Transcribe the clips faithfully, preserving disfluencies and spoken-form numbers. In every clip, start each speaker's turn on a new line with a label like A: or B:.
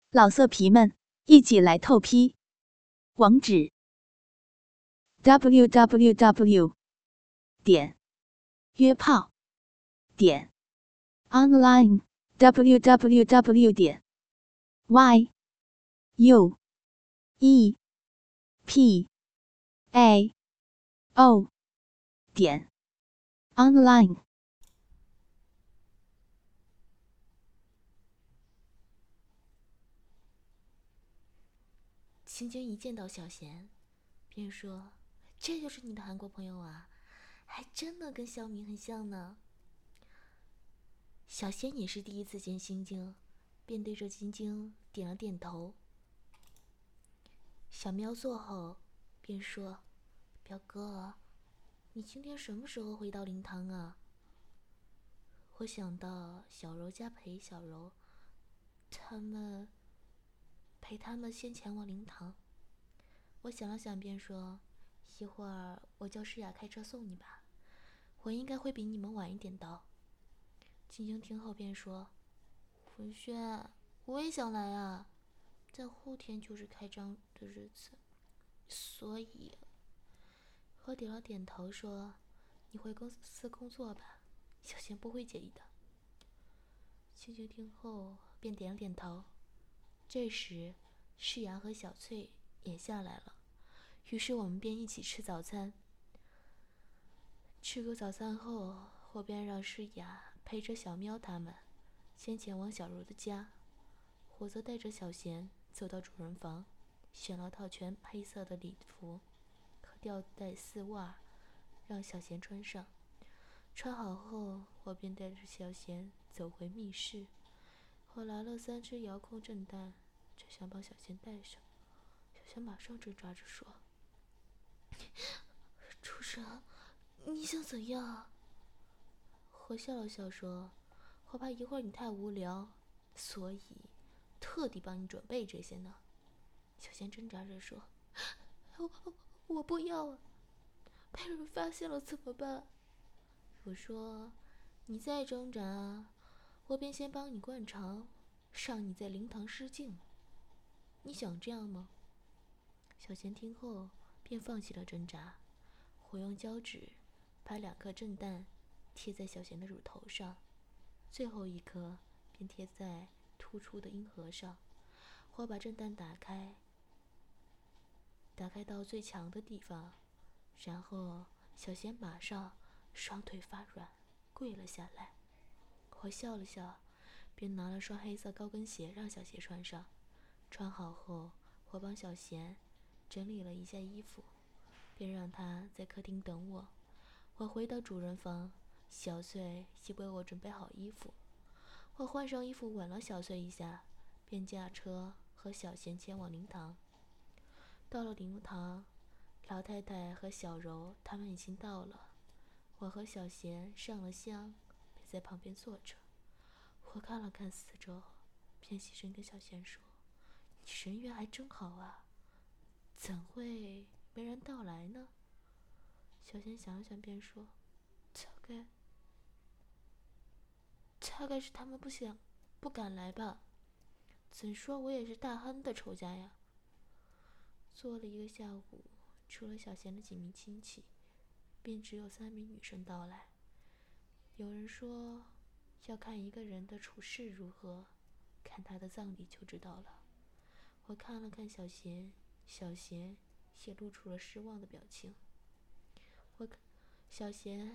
A: 老色皮们，一起来透批！网址 ：double u double u double u 点约炮点 online w w w 点 y u e p a o 点 online。
B: 青青一见到小贤，便说：“这就是你的韩国朋友啊，还真的跟肖明很像呢。”小贤也是第一次见青青，便对着青青点了点头。小喵坐后，便说：“表哥，你今天什么时候回到灵堂啊？”我想到小柔家陪小柔，他们陪他们先前往灵堂。我想了想，便说：“一会儿我叫诗雅开车送你吧，我应该会比你们晚一点到。”青青听后便说：“文轩，我也想来啊，但后天就是开张的日子，所以……”我点了点头说：“你回公司工作吧，小贤不会介意的。”青青听后便点了点头。这时，诗雅和小翠也下来了，于是我们便一起吃早餐。吃过早餐后，我便让诗雅陪着小喵他们先前往小柔的家，我则带着小贤走到主人房，选了套全黑色的礼服和吊带丝袜，让小贤穿上。穿好后，我便带着小贤走回密室。我拿了三只遥控震弹，就想帮小贤戴上。小贤马上挣扎着说：“主人，你想怎样？”我笑了笑说：“我怕一会儿你太无聊，所以特地帮你准备这些呢。”小贤挣扎着说：“我我我不要啊，被人发现了怎么办？”我说：“你再挣扎，我便先帮你灌肠，让你在灵堂失禁。你想这样吗？”小贤听后便放弃了挣扎。我用胶纸把两颗震弹贴在小贤的乳头上，最后一颗便贴在突出的阴核上。我把震弹打开，打开到最强的地方，然后小贤马上双腿发软，跪了下来。我笑了笑，便拿了双黑色高跟鞋让小贤穿上。穿好后，我帮小贤整理了一下衣服，便让他在客厅等我。我回到主人房，小翠已为我准备好衣服。我换上衣服吻了小翠一下，便驾车和小贤前往灵堂。到了灵堂，老太太和小柔他们已经到了。我和小贤上了香，便在旁边坐着。我看了看四周，便起身跟小贤说：“你人缘还真好啊，怎会没人到来呢？”小贤想了想，便说：“大概，大概是他们不想、不敢来吧。怎说我也是大亨的仇家呀。”坐了一个下午，除了小贤的几名亲戚，便只有三名女生到来。有人说，要看一个人的处事如何，看他的葬礼就知道了。我看了看小贤，小贤也露出了失望的表情。我小贤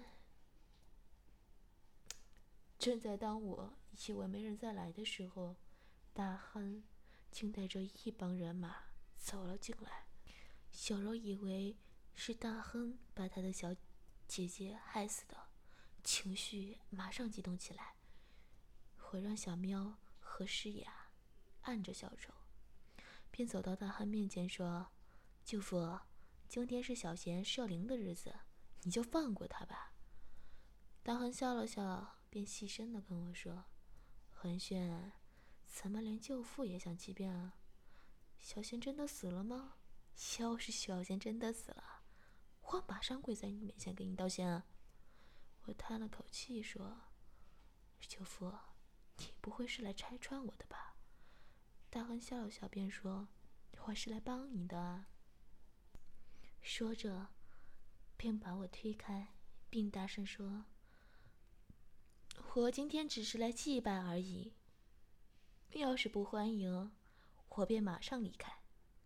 B: 正在当我以为没人再来的时候，大亨竟带着一帮人马走了进来。小柔以为是大亨把他的小姐姐害死的，情绪马上激动起来。我让小喵和诗雅按着小柔，便走到大亨面前说：“舅父，今天是小贤设灵的日子，你就放过他吧。”大亨笑了笑，便细声地跟我说：“恒轩，怎么连舅父也想欺骗啊？小贤真的死了吗？要是小贤真的死了，我马上跪在你面前给你道歉啊！”我叹了口气说：“舅父，你不会是来拆穿我的吧？ 大亨笑了笑，便说：“我是来帮你的啊。”说着，便把我推开，并大声说：“我今天只是来祭拜而已，要是不欢迎，我便马上离开。”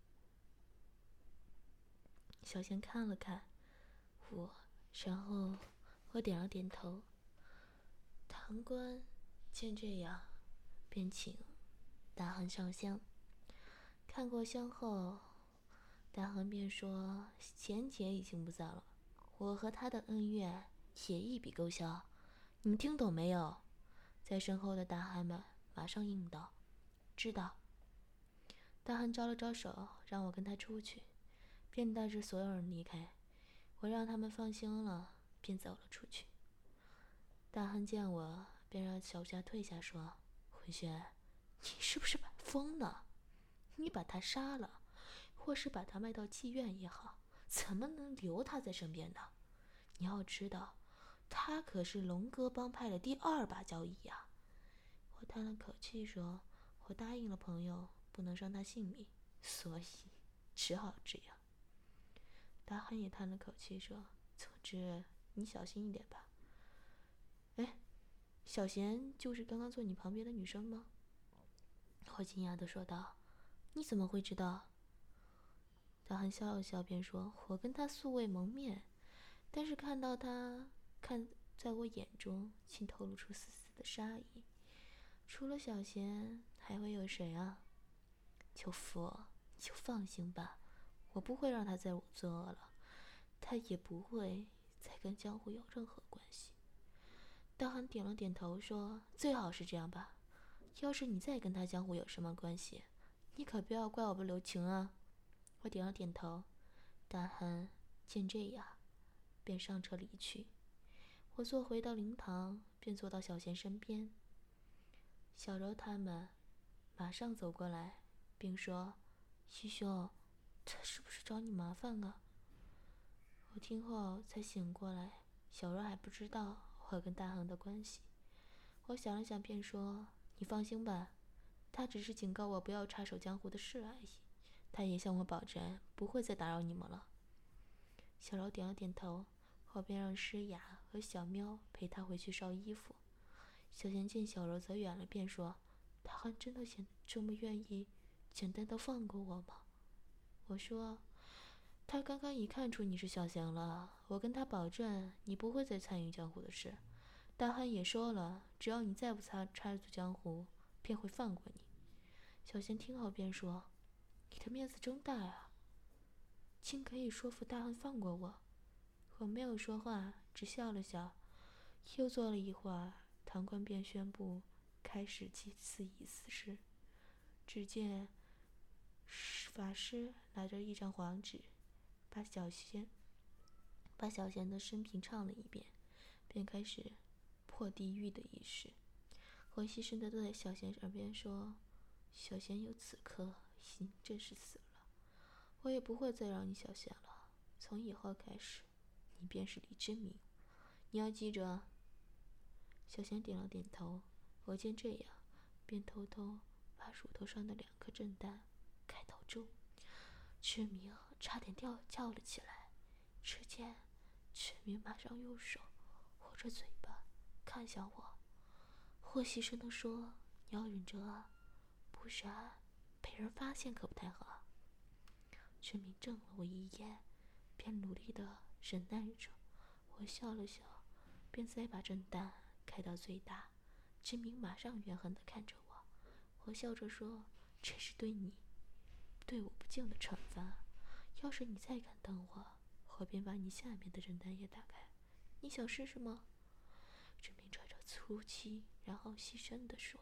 B: 小贤看了看我，然后我点了点头。堂官见这样，便请大亨上香。看过香后，大亨便说：“贤姐已经不在了，我和她的恩怨也一笔勾销，你们听懂没有？”在身后的大汉们马上应道：“知道。”大汉招了招手，让我跟他出去，便带着所有人离开。我让他们放心了，便走了出去。大汉见我，便让手下退下，说：“文轩，你是不是疯了？你把他杀了，或是把他卖到妓院也好，怎么能留他在身边呢？你要知道，他可是龙哥帮派的第二把交椅呀。”我叹了口气说：“我答应了朋友，不能伤他性命，所以只好这样。”大汉也叹了口气说：“总之，你小心一点吧。”哎，小贤就是刚刚坐你旁边的女生吗？我惊讶地说道：“你怎么会知道？”大汉笑了笑，便说：“我跟她素未谋面，但是看到她，看在我眼中，竟透露出丝丝的杀意。除了小贤，还会有谁啊？舅父，你就放心吧，我不会让她再作恶了，她也不会再跟江湖有任何关系。”大汉点了点头，说：“最好是这样吧。要是你再跟他江湖有什么关系，你可不要怪我不留情啊。”我点了点头。大汉见这样，便上车离去。我坐回到灵堂，便坐到小贤身边。小柔他们马上走过来，并说：“师兄，他是不是找你麻烦啊？”我听后才醒过来，小柔还不知道我跟大亨的关系。我想了想，便说：“你放心吧，他只是警告我不要插手江湖的事而已。他也向我保证不会再打扰你们了。”小柔点了点头，后便让诗雅和小喵陪他回去烧衣服。小贤见小柔走远了，便说：“大亨真的这么愿意简单的放过我吗？”我说：“他刚刚已看出你是小贤了，我跟他保证你不会再参与江湖的事。大汉也说了，只要你再不插插足江湖，便会放过你。”小贤听后便说：“你的面子真大呀，竟可以说服大汉放过我。”我没有说话，只笑了笑。又坐了一会儿，堂官便宣布开始祭祀仪式。只见法师拿着一张黄纸，把小贤把小贤的生平唱了一遍，便开始破地狱的仪式。我细声地在小贤耳边说：“小贤有此刻已经正式死了，我也不会再让你小贤了。从以后开始，你便是李之明，你要记着。”小贤点了点头。我见这样，便偷偷把乳头上的两颗震蛋开到中。志明差点掉叫了起来。只见志明马上用手捂着嘴巴看向我，我细声地说：“你要忍着啊，不然被人发现可不太好。”志明瞪了我一眼，便努力地忍耐着。我笑了笑，便再把震蛋开到最大。志明马上怨恨地看着我，我笑着说：“这是对你对我不敬的惩罚。要是你再敢瞪我，我便把你下面的震蛋也打开。你想试试吗？”志明喘着粗气，然后细声地说：“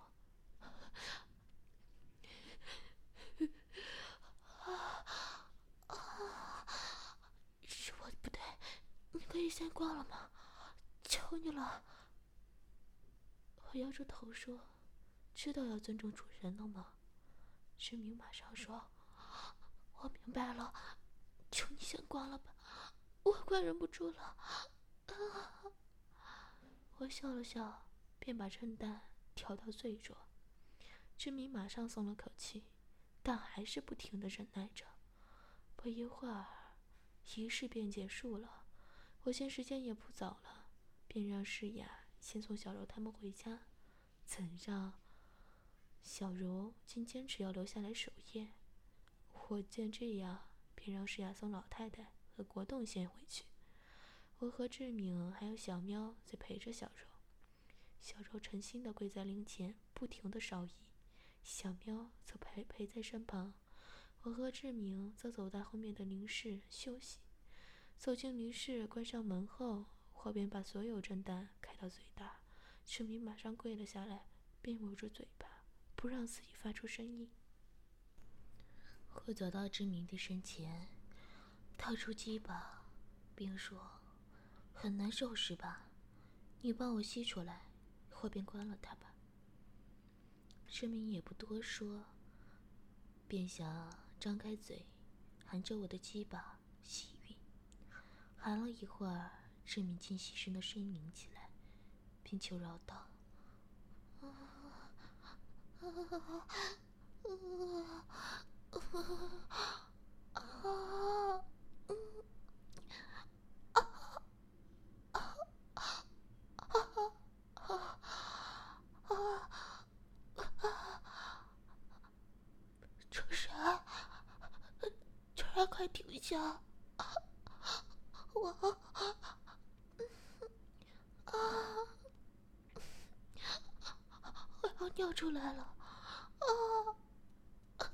B: 是我不对，你可以先挂了吗？求你了。”我摇着头说：“知道要尊重主人了吗？”志明马上说：“我明白了，求你先挂了吧，我快忍不住了。”啊！我笑了笑，便把震蛋调到最弱。志明马上松了口气， 但还是不停地忍耐着。不一会儿，仪式便结束了。我见时间也不早了，便让诗雅先送小柔他们回家，怎让小柔竟坚持要留下来守夜。我见这样，便让诗雅送老太太和国栋先回去。我和志敏还有小喵在陪着小柔。小柔诚心地跪在灵前，不停地烧衣，小喵则陪陪在身旁。我和志明则走到后面的灵室休息。走进灵室，关上门后，我便把所有震蛋开到最大。志明马上跪了下来，并捂住嘴巴，不让自己发出声音。我走到志明的身前，掏出鸡巴，并说：“很难受是吧？你帮我吸出来，我便关了它吧。”志明也不多说，便想张开嘴，含着我的鸡巴吸吮。含了一会儿，志明竟细声的呻吟起来，并求饶道：“啊啊啊啊！主人，主人，快停下！我啊，我要尿出来了！啊！”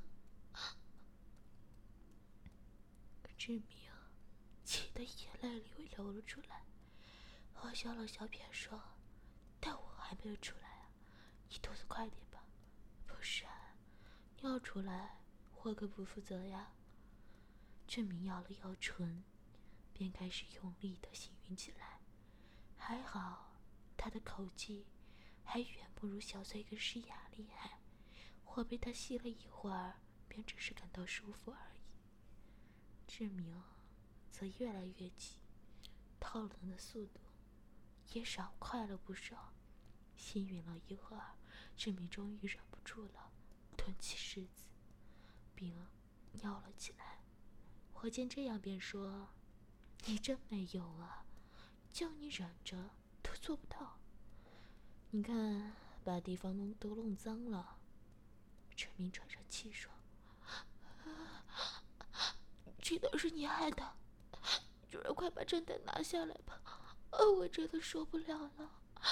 B: 志明气得眼泪流流了出来。我笑了笑，便说：“但我还没有出来啊，你动作快点吧，不然尿出来我可不负责呀。”志明咬了咬唇，便开始用力地行运起来。还好他的口技还远不如小翠跟诗雅厉害，我被他吸了一会儿，便只是感到舒服而已。志明则越来越急，套冷的速度也少快了不少。行运了一会儿，志明终于忍不住了，吞起狮子，并尿了起来。我见这样，便说：“你真没用啊，叫你忍着都做不到。你看，把地方弄都弄脏了。”志明喘着气说：“这都是你害的，主人，快把正蛋拿下来吧，我真的受不了了。”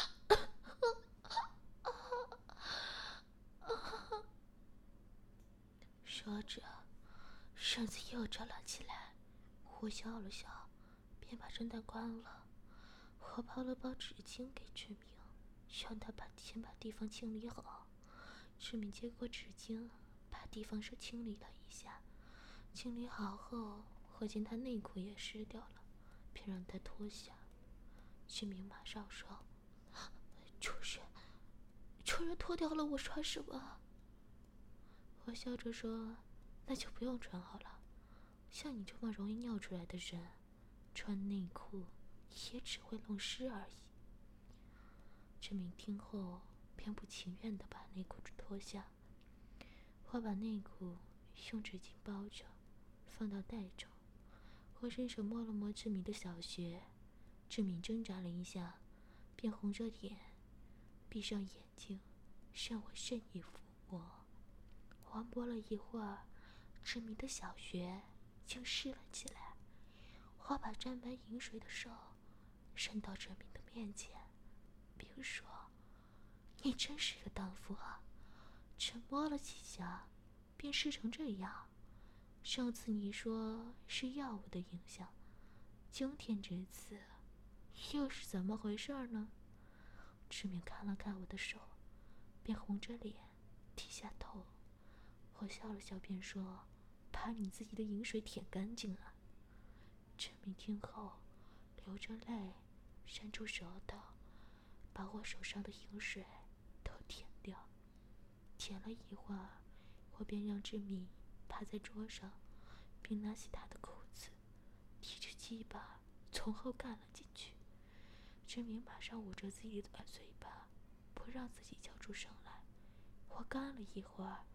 B: 说着，身子又转了起来。我笑了笑，便把正蛋关了。我包了包纸巾给志明，让他把先把地方清理好。志明接过纸巾，把地方是清理了一下。清理好后，我见他内裤也湿掉了，便让他脱下。志明马上说：“主人，主人脱掉了，我穿什么？”我笑着说：“那就不用穿好了，像你这么容易尿出来的人，穿内裤也只会弄湿而已。”志明听后便不情愿地把内裤脱下。我把内裤用纸巾包着，放到袋中。我伸手摸了摸志明的小穴，志明挣扎了一下，便红着脸闭上眼睛，让我任意抚摸。我摸了一会儿，志明的小穴竟湿了起来。我把沾满饮水的手伸到志明的面前，并说：“你真是个荡妇啊，只摸了几下便湿成这样。上次你说是药物的影响，今天这次又是怎么回事呢？”志明看了看我的手，便红着脸低下头。我笑了笑，便说：“把你自己的饮水舔干净啊。”志明听后流着泪，伸出舌头把我手上的饮水都舔掉。舔了一会儿，我便让志明趴在桌上，并拿起他的裤子，提着鸡巴从后干了进去。志明马上捂着自己的嘴巴，不让自己叫出声来。我干了一会儿，便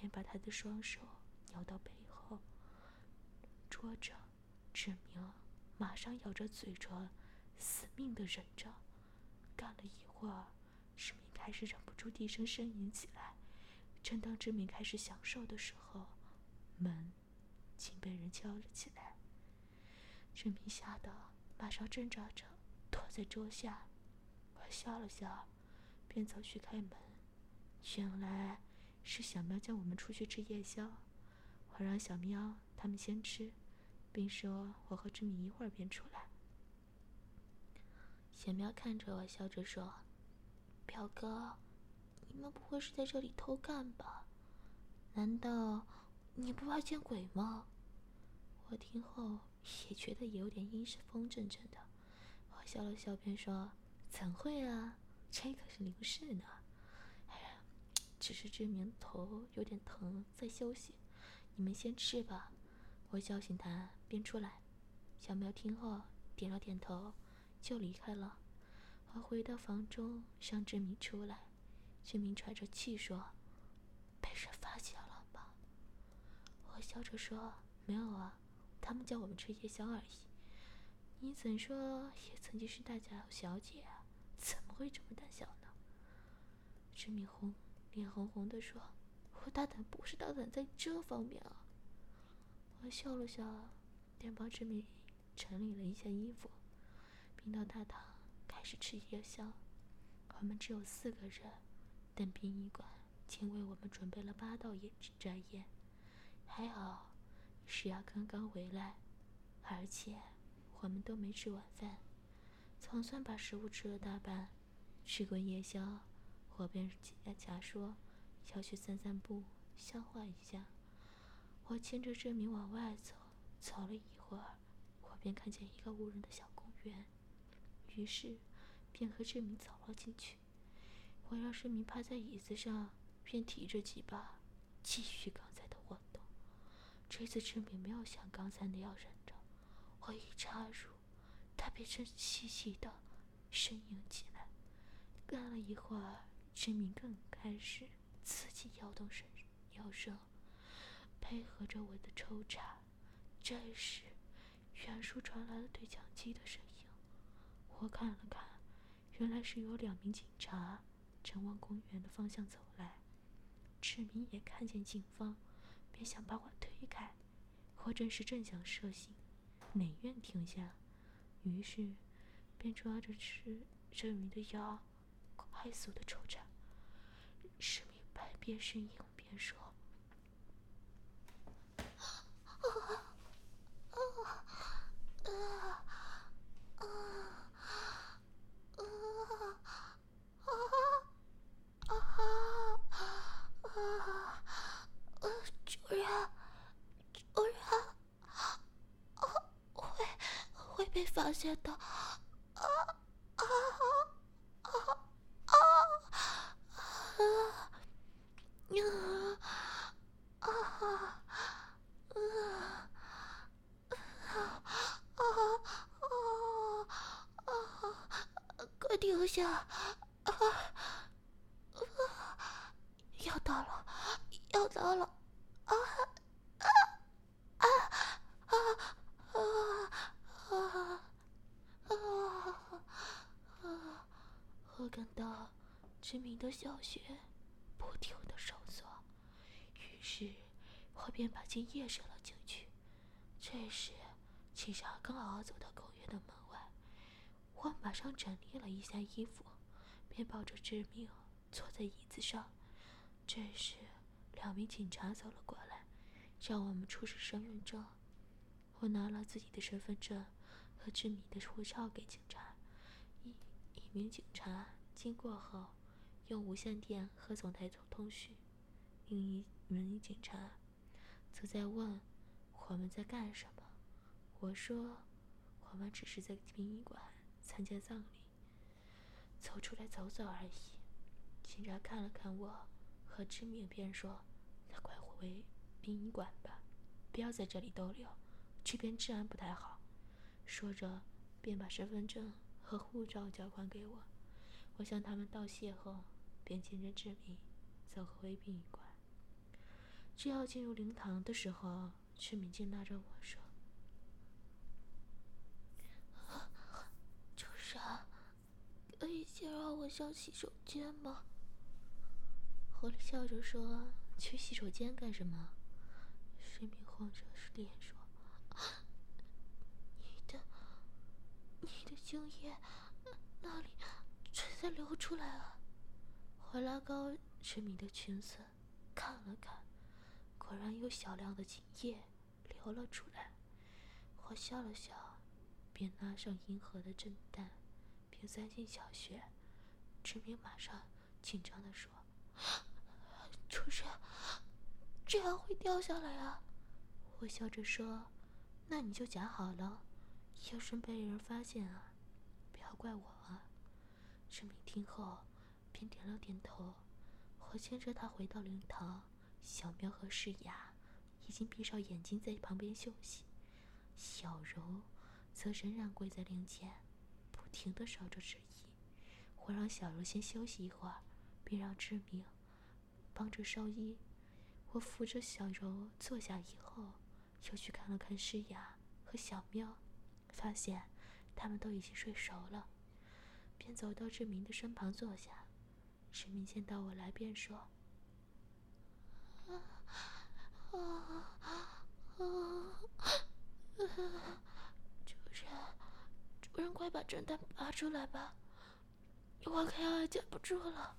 B: 便把他的双手摇到背后捉着。志明马上咬着嘴唇，死命地忍着。干了一会儿，志明开始忍不住低声呻吟起来。正当志明开始享受的时候，门竟被人敲了起来。志明吓得马上挣扎着躲在桌下。我笑了笑，便走去开门。原来是小喵叫我们出去吃夜宵，我让小喵他们先吃，并说我和志明一会儿便出来。小喵看着我，笑着说：“表哥，你们不会是在这里偷看吧？难道你不怕见鬼吗？”我听后也觉得有点阴湿风阵阵的。我笑了笑，便说：“怎会啊，这可是临事呢。哎呀，只是志明头有点疼，在休息。你们先吃吧。”我叫醒他，便出来。小苗听后点了点头，就离开了。我回到房中，让志明出来。志明喘着气说：“被人发现了吧？”我笑着说：“没有啊，他们叫我们吃夜宵而已。你怎说也曾经是大家小姐啊，怎么会这么胆小呢？”志明红脸红红的说：“我大胆不是大胆在这方面啊。”我笑了笑，便帮志明整理了一下衣服，并到大堂开始吃夜宵。我们只有四个人，但殡仪馆竟为我们准备了八道野斋宴。还好石雅刚刚回来，而且我们都没吃晚饭，总算把食物吃了大半。吃过夜宵，我便假说要去散散步，消化一下。我牵着志明往外走，走了一会儿，我便看见一个无人的小公园，于是便和志明走了进去。我让志明趴在椅子上，便提着几把，继续刚才的活动。这次志明没有像刚才那样忍着，我一插入，他便正细细的呻吟起来。干了一会儿，志明更开始自己摇动身摇身，配合着我的抽插。这时远处传来了对讲机的声音，我看了看，原来是有两名警察正往公园的方向走来。志明也看见警方，便想把我推开。我正是正想射醒，美院停下，于是便抓着志明的腰，快速的抽插。志明百边呻吟，边说：“主人，主人，会会被发现的。啊啊啊啊啊啊！”快停下！啊啊！要到了，要到了！啊啊啊啊啊啊啊！我感到志明的小穴不停的收缩，于是我便把精液射了进去。这时警察刚好走到公园的门外，我马上整理了一下衣服，便抱着志明坐在椅子上。这时两名警察走了过来，让我们出示身份证。我拿了自己的身份证和志明的护照给警察。一一名警察经过后，用无线电和总台通讯。另一名警察则在问我们在干什么。我说我们只是在殡仪馆参加葬礼，走出来走走而已。警察看了看我和志明，便说：“那快回殡仪馆吧，不要在这里逗留，这边治安不太好。”说着便把身份证和护照交还给我。我向他们道谢后，便牵着志明走回殡仪馆。 正要进入灵堂的时候，赤敏竟拉着我说：“主神，可以先让我上洗手间吗？”我笑着说：“去洗手间干什么？”赤敏红着脸说：“你的，你的精液那里正在流出来啊！”我拉高赤敏的裙子看了看，果然有小量的精液流了出来。我笑了笑，便拉上银河的震蛋，并塞进小穴。赤敏马上紧张地说：“主神，这样会掉下来啊！”我笑着说：“那你就夹好了，要是被人发现啊，不要怪我啊。”赤敏听后便点了点头。我牵着他回到灵堂，小喵和世雅已经闭上眼睛在旁边休息，小柔则仍然跪在灵前，不停地烧着纸衣。我让小柔先休息一会儿，并让志明帮着烧衣。我扶着小柔坐下以后，又去看了看诗雅和小喵，发现他们都已经睡熟了，便走到志明的身旁坐下。志明见到我来便说：“啊啊啊！主人，主人，快把震蛋拔出来吧，我快要夹不住了。”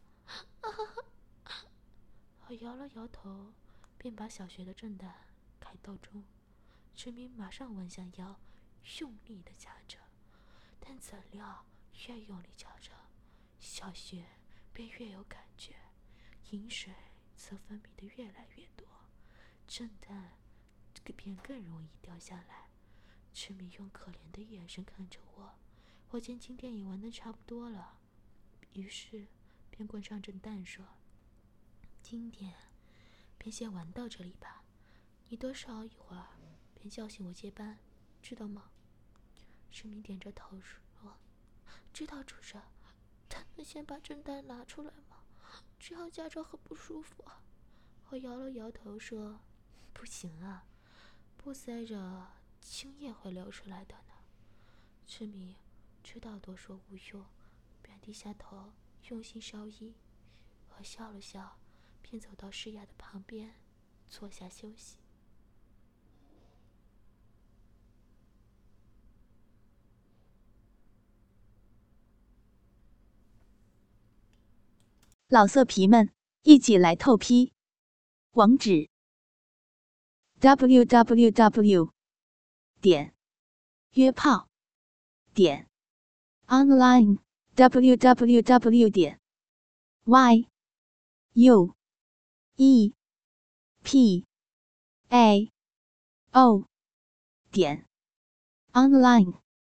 B: 我摇了摇头，便把小穴的震蛋开到中。志明马上弯下腰，用力地夹着，但怎料越用力夹着，小穴便越有感觉，饮水则分泌得越来越多，震蛋便更容易掉下来。志明用可怜的眼神看着我，我见今天也玩得差不多了，于是便关上震蛋说：“今天便先玩到这里吧，你多烧一会儿，便叫醒我接班，知道吗？”志明点着头说：“知道，主人。但能先把震蛋拿出来吗？这样夹着很不舒服啊。”我摇了摇头说：“不行啊，不塞着精液会流出来的呢。”志明知道多说无用，便低下头用心烧衣。我笑了笑，便走到诗雅的旁边坐下休息。
A: 老色皮们，一起来透批！网址 ：double-u double-u double-u 点约炮点 online double-u double-u double-u 点 y u e p a o 点 online。